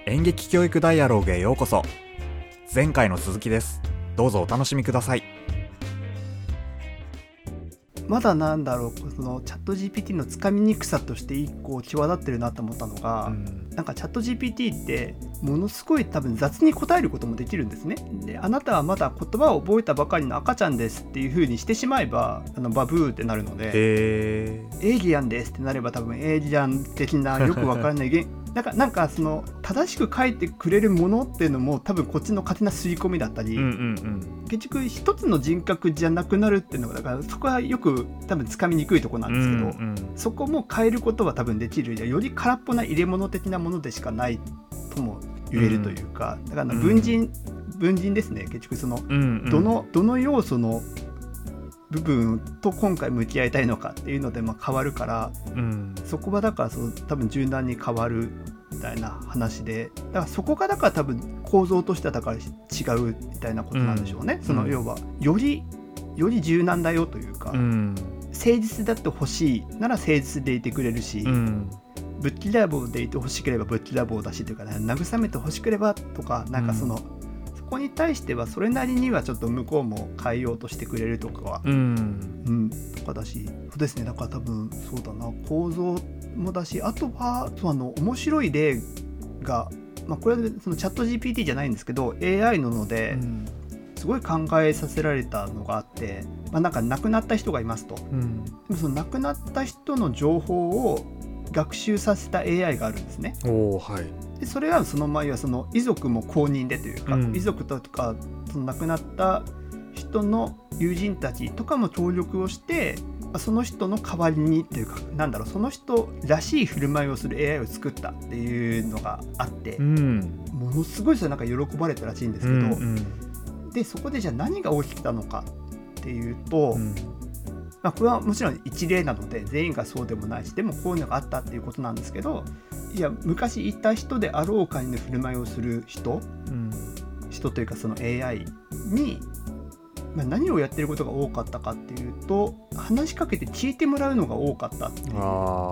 演劇教育ダイアローグへようこそ。前回の続きです。どうぞお楽しみください。 まだそのチャット GPT のつかみにくさとして一個際立ってるなと思ったのが、なんかチャット GPT ってものすごい多分雑に答えることもできるんですね。で、あなたはまだ言葉を覚えたばかりの赤ちゃんですっていう風にしてしまえばバブーってなるので、エイリアンですってなれば多分エイリアン的なよくわからないなんかその正しく書いてくれるものっていうのも多分こっちの勝手な刷り込みだったり、結局一つの人格じゃなくなるっていうのが、だからそこはよく多分つかみにくいところなんですけど、そこも変えることは多分できる。より空っぽな入れ物的なものでしかないとも言えるというか、だから文人ですね。結局その、どの要素の部分と今回向き合いたいのかっていうので変わるから、そこはだから多分柔軟に変わるみたいな話で、だからそこがだから多分構造としてはだから違うみたいなことなんでしょうね。その要はより柔軟だよというか、誠実だって欲しいなら誠実でいてくれるし、ぶっきらぼうでいて欲しければぶっきらぼうだしというか、ね、慰めて欲しければとか、なんかそこに対してはそれなりにはちょっと向こうも変えようとしてくれるとかは、とかだし、そうですね。だから多分そうだな、構造もだし、あとは面白い例が、これはそのチャット GPT じゃないんですけど AI なので、すごい考えさせられたのがあって、なんか亡くなった人がいますと、でもその亡くなった人の情報を学習させた AI があるんですね。でそれはその前はその遺族も公認でというか、遺族とかその亡くなった人の友人たちとかも協力をして、その人の代わりにっていうか、その人らしい振る舞いをする AI を作ったっていうのがあって、ものすごいなんか喜ばれたらしいんですけど、でそこでじゃあ何が起きたのかっていうと、これはもちろん一例なので全員がそうでもないし、でもこういうのがあったっていうことなんですけど、いや昔いた人であろうかにの振る舞いをする人というかその AI に、何をやってることが多かったかっていうと、話しかけて聞いてもらうのが多かったっていう。だ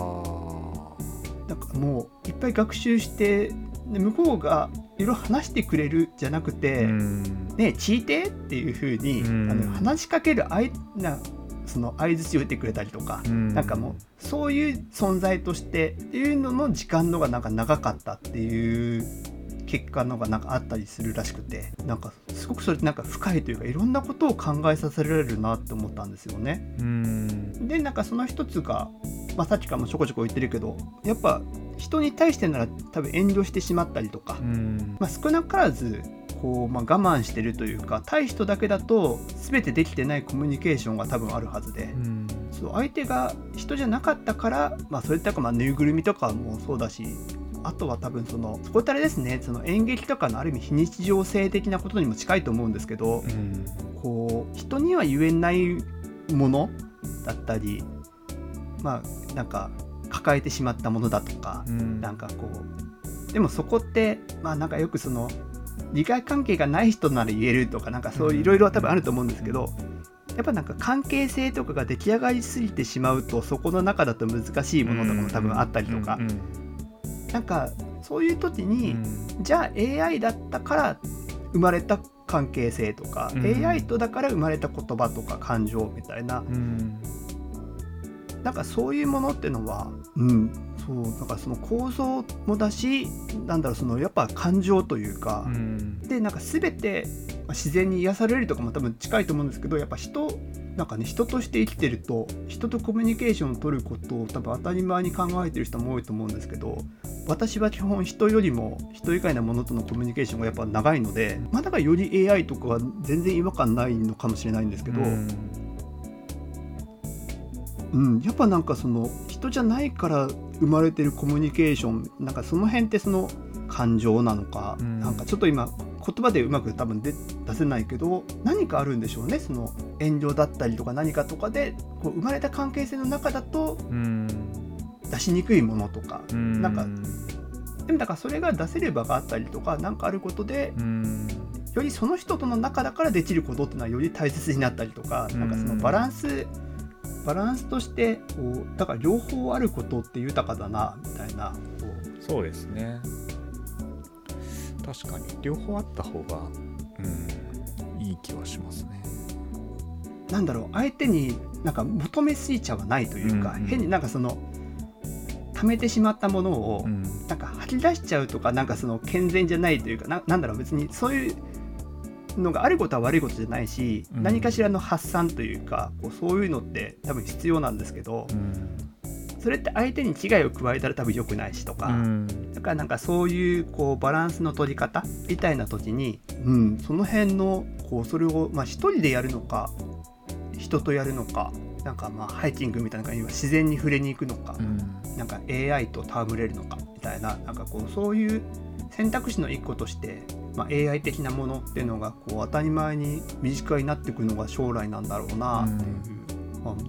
からもういっぱい学習して、で向こうがいろいろ話してくれるじゃなくて、ね、聞いてっていう風に、話しかけるその相槌を打ってくれたりとか、なんかもうそういう存在としてっていうのの時間のがなんか長かったっていう結果のがなんかあったりするらしくて、なんかすごくそれってなんか深いというか、いろんなことを考えさせられるなって思ったんですよね。でなんかその一つが、さっきからもちょこちょこ言ってるけど、やっぱ人に対してなら多分遠慮してしまったりとか、少なからずこう、我慢してるというか、対人だけだと全てできてないコミュニケーションが多分あるはずで、相手が人じゃなかったから、それってぬいぐるみとかもそうだし、あとは多分そこってあれですね、その演劇とかのある意味非日常性的なことにも近いと思うんですけど、こう人には言えないものだったり、なんか抱えてしまったものだとか、なんかこうでもそこってなんかよくその利害関係がない人なら言えるとか、なんかそういろいろ多分あると思うんですけど、やっぱなんか関係性とかが出来上がりすぎてしまうと、そこの中だと難しいものとかも多分あったりとか、なんかそういう時に、じゃあ AI だったから生まれた関係性とか、AI とだから生まれた言葉とか感情みたいな、なんかそういうものってのは、なんかその構造もだし、そのやっぱ感情というか、でなんか全て自然に癒されるとかも多分近いと思うんですけど、やっぱなんかね、人として生きてると人とコミュニケーションを取ることを多分当たり前に考えてる人も多いと思うんですけど、私は基本人よりも人以外のものとのコミュニケーションがやっぱ長いので、だからより AI とかは全然違和感ないのかもしれないんですけど、やっぱなんかその人じゃないから生まれてるコミュニケーション、なんかその辺ってその感情なのか、なんかちょっと今言葉でうまく多分出せないけど、何かあるんでしょうね。その遠慮だったりとか何かとかでこう生まれた関係性の中だと出しにくいものとか、なんかでもだからそれが出せる場があったりとか、なんかあることでよりその人との中だからできることっていうのはより大切になったりとか、なんかそのバランスとしてこうだから両方あることって豊かだなみたいな。 そうですね。 確かに両方あった方がいい気はしますね。 なんだろう、相手になんか求めすぎちゃはないというか、変になんかその溜めてしまったものをなんか吐き出しちゃうとか、なんかその健全じゃないというか、なんだろう、別にそういうのがあることは悪いことじゃないし、何かしらの発散というかこうそういうのって多分必要なんですけど、それって相手に危害を加えたら多分良くないしとか、だからなんかそういうこうバランスの取り方みたいな時に、その辺のこうそれを一人でやるのか人とやるのか、なんかハイキングみたいな感じで自然に触れに行くのか、なんか AI と戯れるのかみたいな、なんかこうそういう選択肢の一個として、AI 的なものっていうのがこう当たり前に身近になっていくのが将来なんだろうなっていう、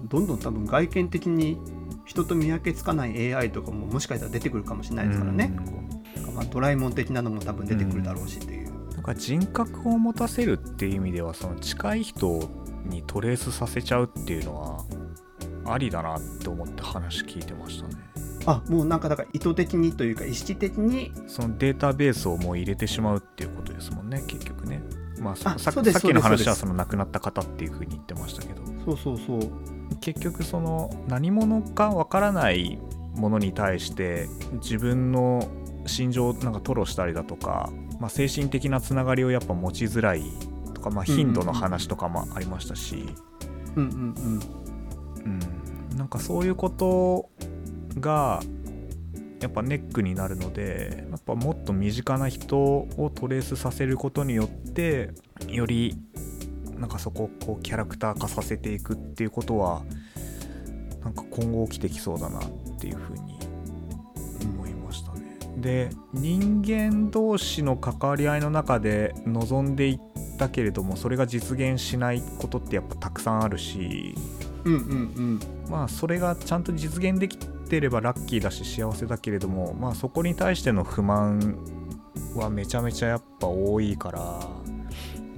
どんどん多分外見的に人と見分けつかない AI とかももしかしたら出てくるかもしれないですからね、なんかドラえもん的なのも多分出てくるだろうしという、 なんか人格を持たせるっていう意味では、その近い人にトレースさせちゃうっていうのはありだなって思って話聞いてましたね。 もうなんかだから意図的にというか意識的にそのデータベースをもう入れてしまうっていうことですもんね、結局ね。さっきの話はその亡くなった方っていう風に言ってましたけど、 そう結局その何者かわからないものに対して自分の心情をなんか吐露したりだとか、精神的なつながりをやっぱ持ちづらいとか、頻度の話とかもありましたし、なんかそういうことがやっぱネックになるので、やっぱもっと身近な人をトレースさせることによってよりなんかそこをこうキャラクター化させていくっていうことはなんか今後起きてきそうだなっていうふうに思いましたね。で、人間同士の関わり合いの中で望んでいったけれどもそれが実現しないことってやっぱたくさんあるし、それがちゃんと実現できてればラッキーだし幸せだけれども、そこに対しての不満はめちゃめちゃやっぱ多いから、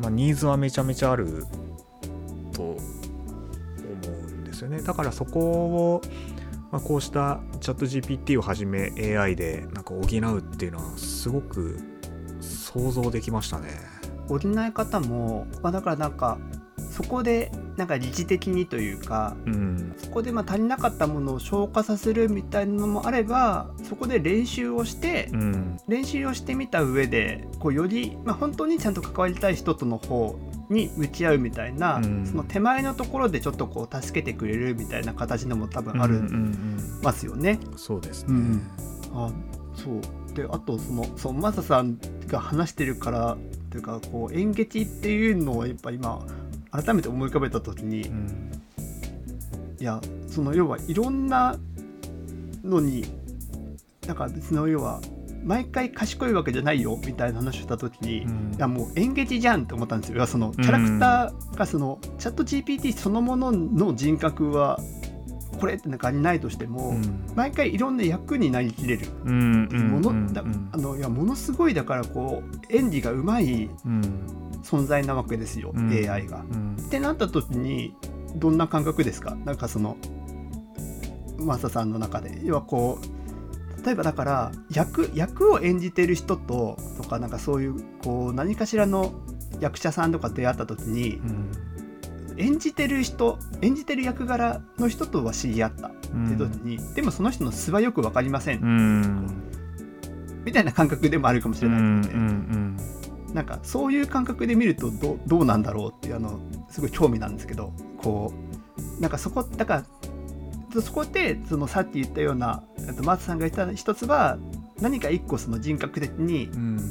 ニーズはめちゃめちゃあると思うんですよね。だからそこを、こうしたチャット GPT をはじめ AI でなんか補うっていうのはすごく想像できましたね。 補い方も、だからなんかそこでなんか理知的にというか、そこで足りなかったものを消化させるみたいなのもあれば、そこで練習をして、練習をしてみた上でこうより、本当にちゃんと関わりたい人との方に向き合うみたいな、その手前のところでちょっとこう助けてくれるみたいな形のも多分あるますよね。 そうですね。 そうで、あとそのマサさんが話してるからというか、こう演劇っていうのをやっぱ今改めて思い浮かべた時に、いやその要はいろんなのになんかその要は毎回賢いわけじゃないよみたいな話をした時に、いやもう演劇じゃんって思ったんですよ。そのキャラクターがそのチャット GPT そのものの人格はこれってなんかないとしても、毎回いろんな役になりきれるもの、いやものすごいだからこう演技がうまい存在なわけですよ、AI が。ってなった時にどんな感覚ですか？なんかそのマサさんの中で、要はこう例えばだから役を演じてる人とかなんかそういうこう何かしらの役者さんとか出会った時に、演じてる役柄の人とは知り合ったって時に、でもその人の素はよく分かりません、みたいな感覚でもあるかもしれないので、なんかそういう感覚で見るとどうなんだろうっていうすごい興味なんですけど、こうなんかそこだからそこでそのさっき言ったような松さんが言った一つは何か一個その人格的に、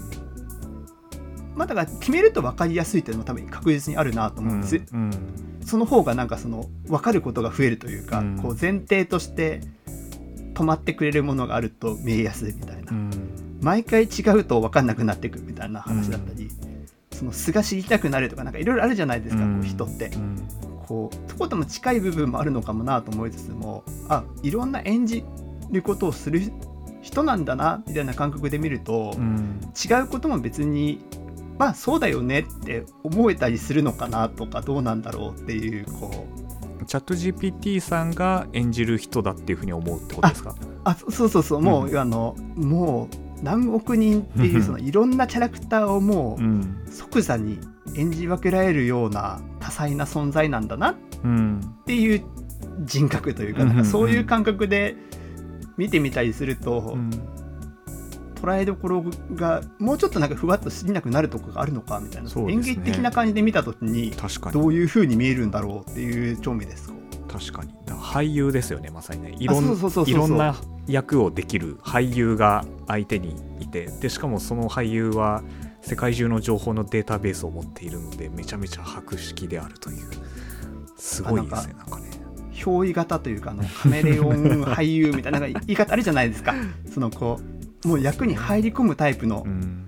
だから決めると分かりやすいというのも多分確実にあるなと思うんです、その方がなんかその分かることが増えるというか、こう前提として止まってくれるものがあると見えやすいみたいな、毎回違うと分かんなくなっていくみたいな話だったり、その素が知りたくなるとかなんかいろいろあるじゃないですか、こう人って、こうそことも近い部分もあるのかもなと思いつつも、いろんな演じることをする人なんだなみたいな感覚で見ると、違うことも別にそうだよねって思えたりするのかなとか、どうなんだろうっていう、こうチャット GPT さんが演じる人だっていうふうに思うってことですか？ そう、もう、もう何億人っていうそのいろんなキャラクターをもう即座に演じ分けられるような多彩な存在なんだなっていう人格というか、なんかそういう感覚で見てみたりすると、捉えどころがもうちょっとなんかふわっとしなくなるところがあるのかみたいな、演劇的な感じで見た時にどういう風に見えるんだろうっていう興味です。 確かに俳優ですよね、まさにね。いろんな役をできる俳優が相手にいて、でしかもその俳優は世界中の情報のデータベースを持っているのでめちゃめちゃ博識であるという、すごいですね。なんかね、 憑依型というかカメレオン俳優みたいな言い方あるじゃないですか。そのこうもう役に入り込むタイプの、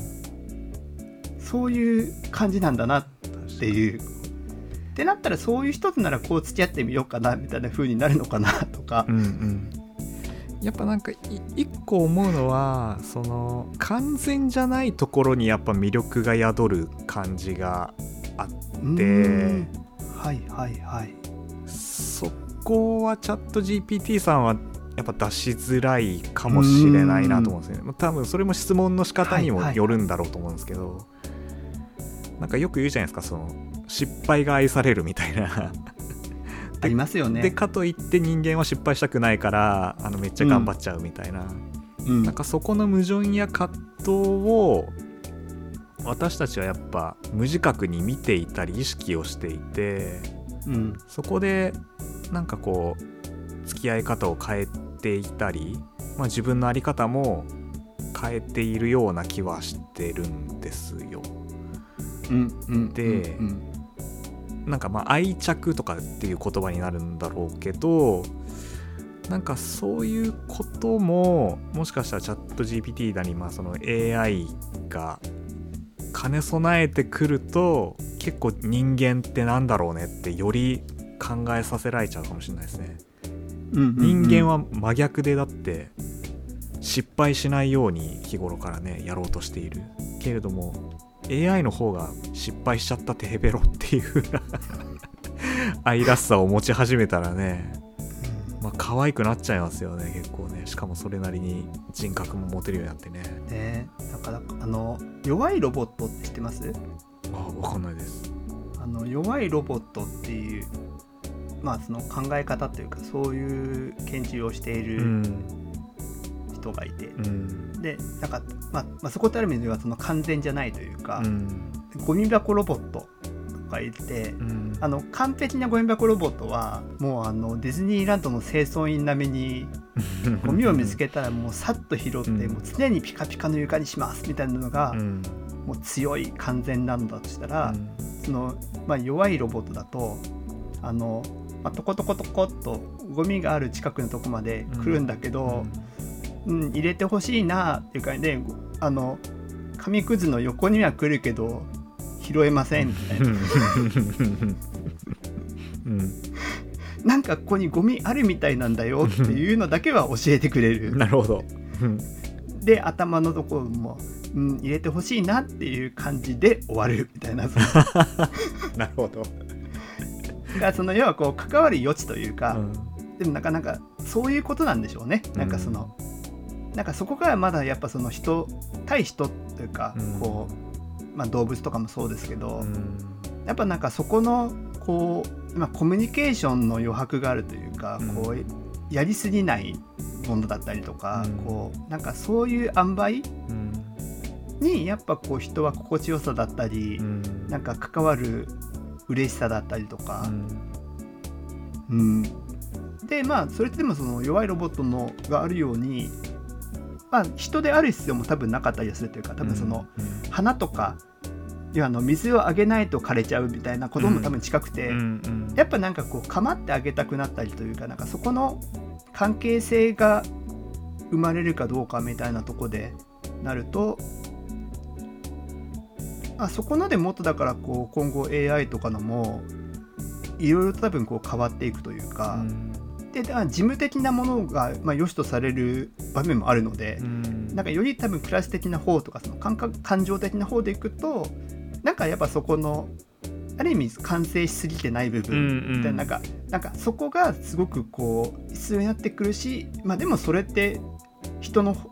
そういう感じなんだなっていうってなったら、そういう一つならこう付き合ってみようかなみたいな風になるのかなとか、 やっぱなんか一個思うのは、その完全じゃないところにやっぱ魅力が宿る感じがあって、そこはチャット GPT さんはやっぱ出しづらいかもしれないなと思うんですよね。多分それも質問の仕方にもよるんだろうと思うんですけど、なんかよく言うじゃないですか、その失敗が愛されるみたいなありますよね。 でかといって人間は失敗したくないからめっちゃ頑張っちゃうみたいな、なんかそこの矛盾や葛藤を私たちはやっぱ無自覚に見ていたり意識をしていて、そこでなんかこう付き合い方を変えていたり、自分の在り方も変えているような気はしてるんですよ。で、なんか愛着とかっていう言葉になるんだろうけど、なんかそういうことももしかしたらチャット GPT なりその AI が兼ね備えてくると、結構人間ってなんだろうねってより考えさせられちゃうかもしれないですね。人間は真逆で、だって失敗しないように日頃からねやろうとしているけれども、AI の方が失敗しちゃったテヘベロっていう愛らしさを持ち始めたらね、可愛くなっちゃいますよね、結構ね。しかもそれなりに人格も持てるようになってね。 だから弱いロボットって知ってます？ 分かんないです。 弱いロボットっていう、その考え方というか、そういう研究をしている人がいて、でなんか、そこってある意味ではその完全じゃないというか、ゴミ箱ロボットとか言って、完璧なゴミ箱ロボットはもうディズニーランドの清掃員並みにゴミを見つけたらもうさっと拾って、もう常にピカピカの床にしますみたいなのが、もう強い完全なのだとしたら、その弱いロボットだとトコトコトコっとゴミがある近くのとこまで来るんだけど、入れてほしいなっていう感じで、紙くずの横には来るけど拾えませんみたいななんかここにゴミあるみたいなんだよっていうのだけは教えてくれる。 なるほど。 で頭のところも、入れてほしいなっていう感じで終わるみたいななるほど。 その要はこう関わる余地というか、でもなかなかそういうことなんでしょうね。なんかなんかそこからまだやっぱその対人というか、こう動物とかもそうですけど、やっぱなんかそこのこうコミュニケーションの余白があるというか、こうやりすぎないものだったりとか、こうなんかそういう塩梅にやっぱこう人は心地よさだったり、なんか関わる嬉しさだったりとか、でそれってでもその弱いロボットのがあるように、人である必要も多分なかったりするというか、多分その花とか水をあげないと枯れちゃうみたいなことも多分近くて、やっぱなんかこう構ってあげたくなったりというか、なんかそこの関係性が生まれるかどうかみたいなとこでなると、そこのでもっとだからこう今後 AI とかのもいろいろと多分こう変わっていくというか、で事務的なものが良しとされる場面もあるので、なんかより多分クラス的な方とかその感情的な方でいくと、なんかやっぱそこのある意味完成しすぎてない部分みたいな、なんかそこがすごくこう必要になってくるし、でもそれって人の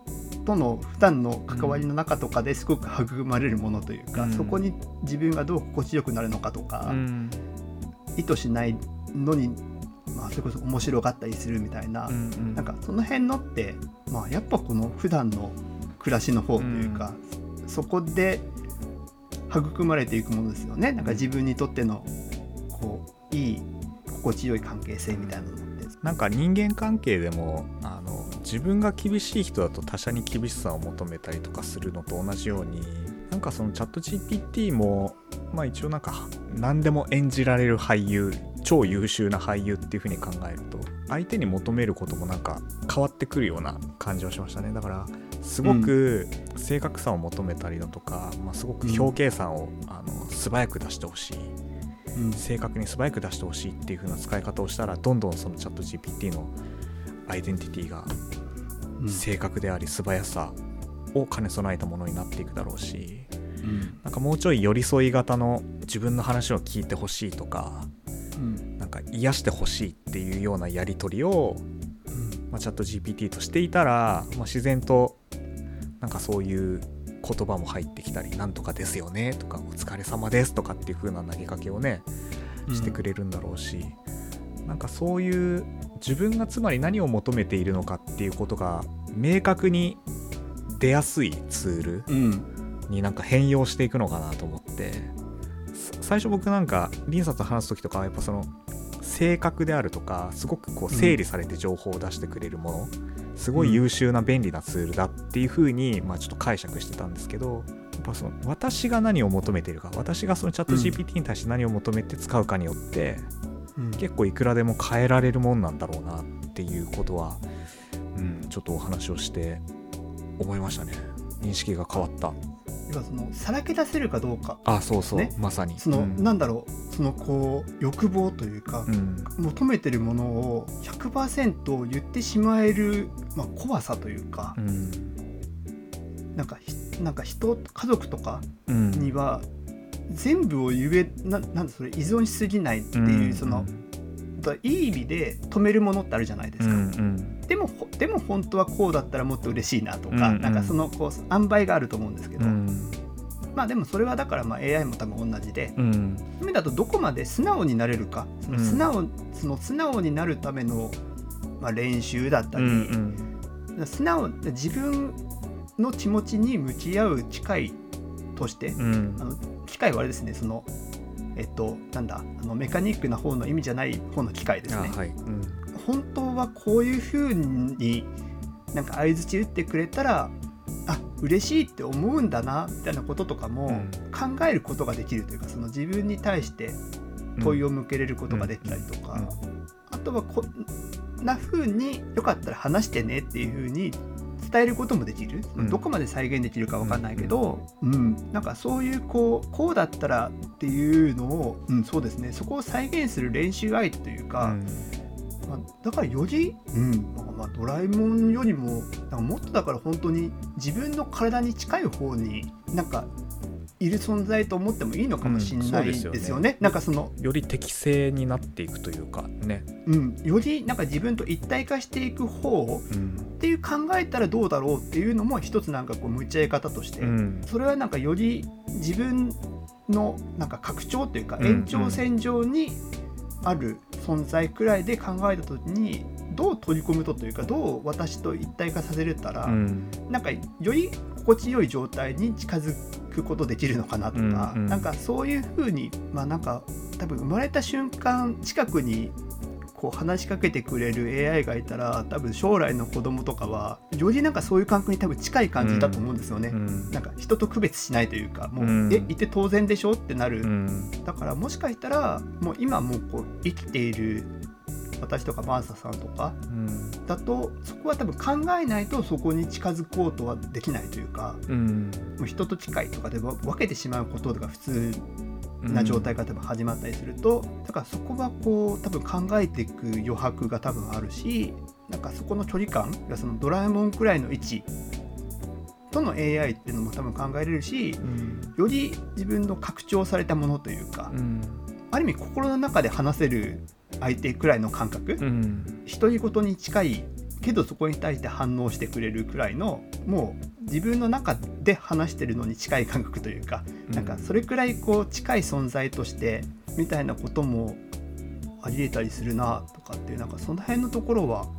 との普段の関わりの中とかですごく育まれるものというか、そこに自分がどう心地よくなるのかとか、意図しないのに、それこそ面白がったりするみたいな、なんかその辺のって、やっぱこの普段の暮らしの方というか、そこで育まれていくものですよね。なんか自分にとってのこういい心地よい関係性みたいなのって、 なんか人間関係でも自分が厳しい人だと他者に厳しさを求めたりとかするのと同じように、なんかそのチャット GPT も一応なんか何でも演じられる俳優、超優秀な俳優っていう風に考えると、相手に求めることもなんか変わってくるような感じはしましたね。だからすごく正確さを求めたりだとか、すごく表計算を素早く出してほしい、正確に素早く出してほしいっていう風な使い方をしたら、どんどんそのチャット GPT のアイデンティティが正確であり素早さを兼ね備えたものになっていくだろうし、なんかもうちょい寄り添い型の自分の話を聞いてほしいとか、なんか癒してほしいっていうようなやり取りを、チャット GPT としていたら、自然となんかそういう言葉も入ってきたり、なんとかですよねとか、お疲れ様ですとかっていう風な投げかけをねしてくれるんだろうし、なんかそういう自分がつまり何を求めているのかっていうことが明確に出やすいツールになんか変容していくのかなと思って、最初僕なんかリンサと話す時とかはやっぱその正確であるとか、すごくこう整理されて情報を出してくれるもの、すごい優秀な便利なツールだっていう風にちょっと解釈してたんですけど、やっぱその私が何を求めているか、私がそのチャット GPT に対して何を求めて使うかによって、結構いくらでも変えられるもんなんだろうなっていうことは、ちょっとお話をして思いましたね。認識が変わった。 要はそのさらけ出せるかどうか、 そうそう、ね、まさにその、なんだろう、そのこう欲望というか、求めてるものを 100% 言ってしまえる、怖さというか、なんか人、家族とかには全部を言え、なんだそれ依存しすぎないっていう、そのいい意味で止めるものってあるじゃないですか、でも本当はこうだったらもっと嬉しいなとか、なんかそのこう塩梅があると思うんですけど、でもそれはだからAI も多分同じで、夢だとどこまで素直になれるか、その素直になるための、練習だったり、自分の気持ちに向き合う機会として、機会はあれですね、そのなんだメカニックな方の意味じゃない方の機会ですね。本当はこういう風になんか相槌打ってくれたら嬉しいって思うんだなみたいなこととかも考えることができるというか、その自分に対して問いを向けれることができたりとか、あとはこんな風によかったら話してねっていう風に伝えることもできる、どこまで再現できるか分かんないけど、なんかそういうこうだったらっていうのを、そうですね、そこを再現する練習相手というか、だからより、ドラえもんよりもなんかもっとだから本当に自分の体に近い方になんかいる存在と思ってもいいのかもしれないですよね。なんかそのより適正になっていくというかね、 よりなんか自分と一体化していく方っていう考えたらどうだろうっていうのも一つなんかこう向き合い方として、それはなんかより自分のなんか拡張というか延長線上にある存在くらいで考えた時にどう取り込むというか、どう私と一体化させれたら、なんかより心地よい状態に近づくことできるのかなとか、なんかそういう風になんか多分生まれた瞬間近くにこう話しかけてくれる AI がいたら、多分将来の子供とかはよりなんかそういう感覚に多分近い感じだと思うんですよね。なんか人と区別しないというか、もういて当然でしょってなる。だからもしかしたらもう今もうこう生きている私とかマーサさんとかだと、そこは多分考えないとそこに近づこうとはできないというか、もう人と近いとかで分けてしまうことが普通な状態が多分始まったりすると、だからそこはこう多分考えていく余白が多分あるし、なんかそこの距離感がそのドラえもんくらいの位置との AI っていうのも多分考えれるし、より自分の拡張されたものというか、ある意味心の中で話せる相手くらいの感覚、独り言に近いけどそこに対して反応してくれるくらいのもう自分の中で話してるのに近い感覚というか、なんかそれくらいこう近い存在としてみたいなこともあり得たりするなとかっていう、なんかその辺のところは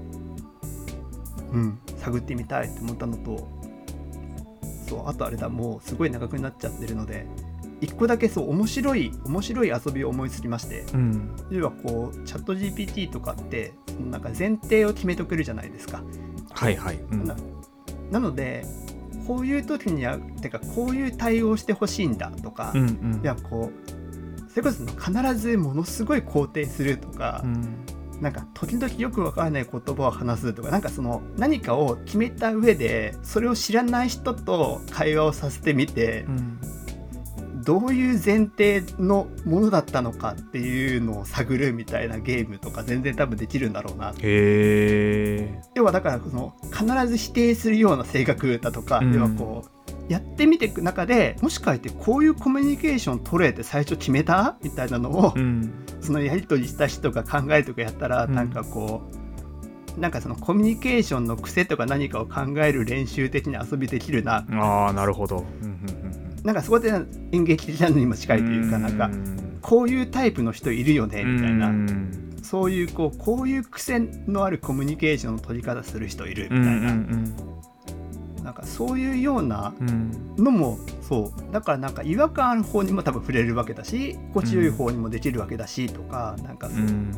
探ってみたいと思ったのと、そうあとあれだ、もうすごい長くなっちゃってるので一個だけそう面白い遊びを思いつきまして、要はこうチャット GPT とかってなんか前提を決めとけるじゃないですか。 はいはい、 なのでこういう時にはてかこういう対応してほしいんだとか、いやこうそれこそ必ずものすごい肯定するとか、なんか時々よくわからない言葉を話すとか、なんかその何かを決めた上でそれを知らない人と会話をさせてみて、どういう前提のものだったのかっていうのを探るみたいなゲームとか全然多分できるんだろうな。要はだからその必ず否定するような性格だとか、要はこうやってみていく中でもしかしてこういうコミュニケーション取れって最初決めたみたいなのを、そのやり取りした人が考えとかやったら、なんかこうなんかそのコミュニケーションの癖とか何かを考える練習的な遊びできるな。 なるほど。 なんかそこで演劇的なのにも近いというか、なんかこういうタイプの人いるよねみたいな、そういうこういう癖のあるコミュニケーションの取り方する人いるみたいな、なんかそういうようなのも、そうだからなんか違和感ある方にも多分触れるわけだし、心地よい方にもできるわけだしとか、なんか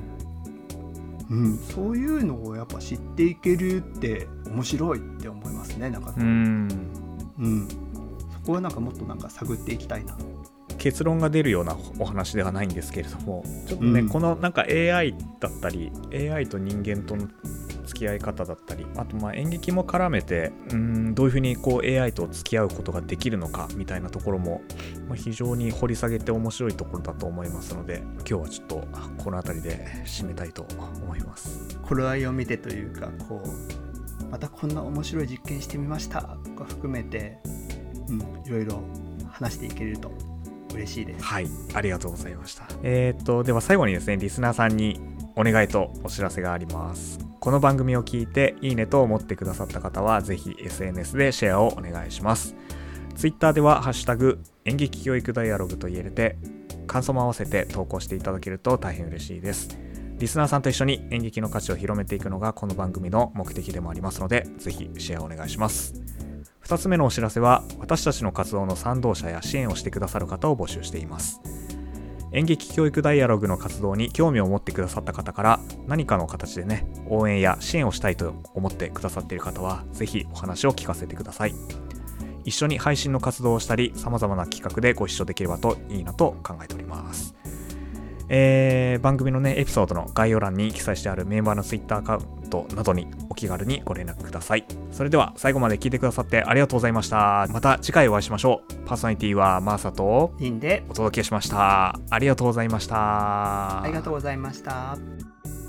そういうのをやっぱ知っていけるって面白いって思いますね。なんかそこはなんかもっとなんか探っていきたいな。 結論が出るようなお話ではないんですけれども、ちょっとね、このなんか AI だったり AI と人間との付き合い方だったり、あとまあ演劇も絡めてどういうふうにこう AI と付き合うことができるのかみたいなところも、非常に掘り下げて面白いところだと思いますので、今日はちょっとこの辺りで締めたいと思います。 頃合いを見てというか、こうまたこんな面白い実験してみましたとか含めて、いろいろ話していけると嬉しいです。 はい、ありがとうございました。では最後にですね、リスナーさんにお願いとお知らせがあります。この番組を聞いていいねと思ってくださった方はぜひ SNS でシェアをお願いします。 Twitter ではハッシュタグ演劇教育ダイアログと入れて感想も合わせて投稿していただけると大変嬉しいです。リスナーさんと一緒に演劇の価値を広めていくのがこの番組の目的でもありますので、ぜひシェアお願いします。2つ目のお知らせは、私たちの活動の賛同者や支援をしてくださる方を募集しています。演劇教育ダイアログの活動に興味を持ってくださった方から何かの形でね、応援や支援をしたいと思ってくださっている方はぜひお話を聞かせてください。一緒に配信の活動をしたり、様々な企画でご一緒できればといいなと考えております。番組のねエピソードの概要欄に記載してあるメンバーの Twitter アカウントなどにお気軽にご連絡ください。それでは最後まで聞いてくださってありがとうございました。また次回お会いしましょう。パーソナリティはマーサとインでお届けしました。ありがとうございました。 ありがとうございました。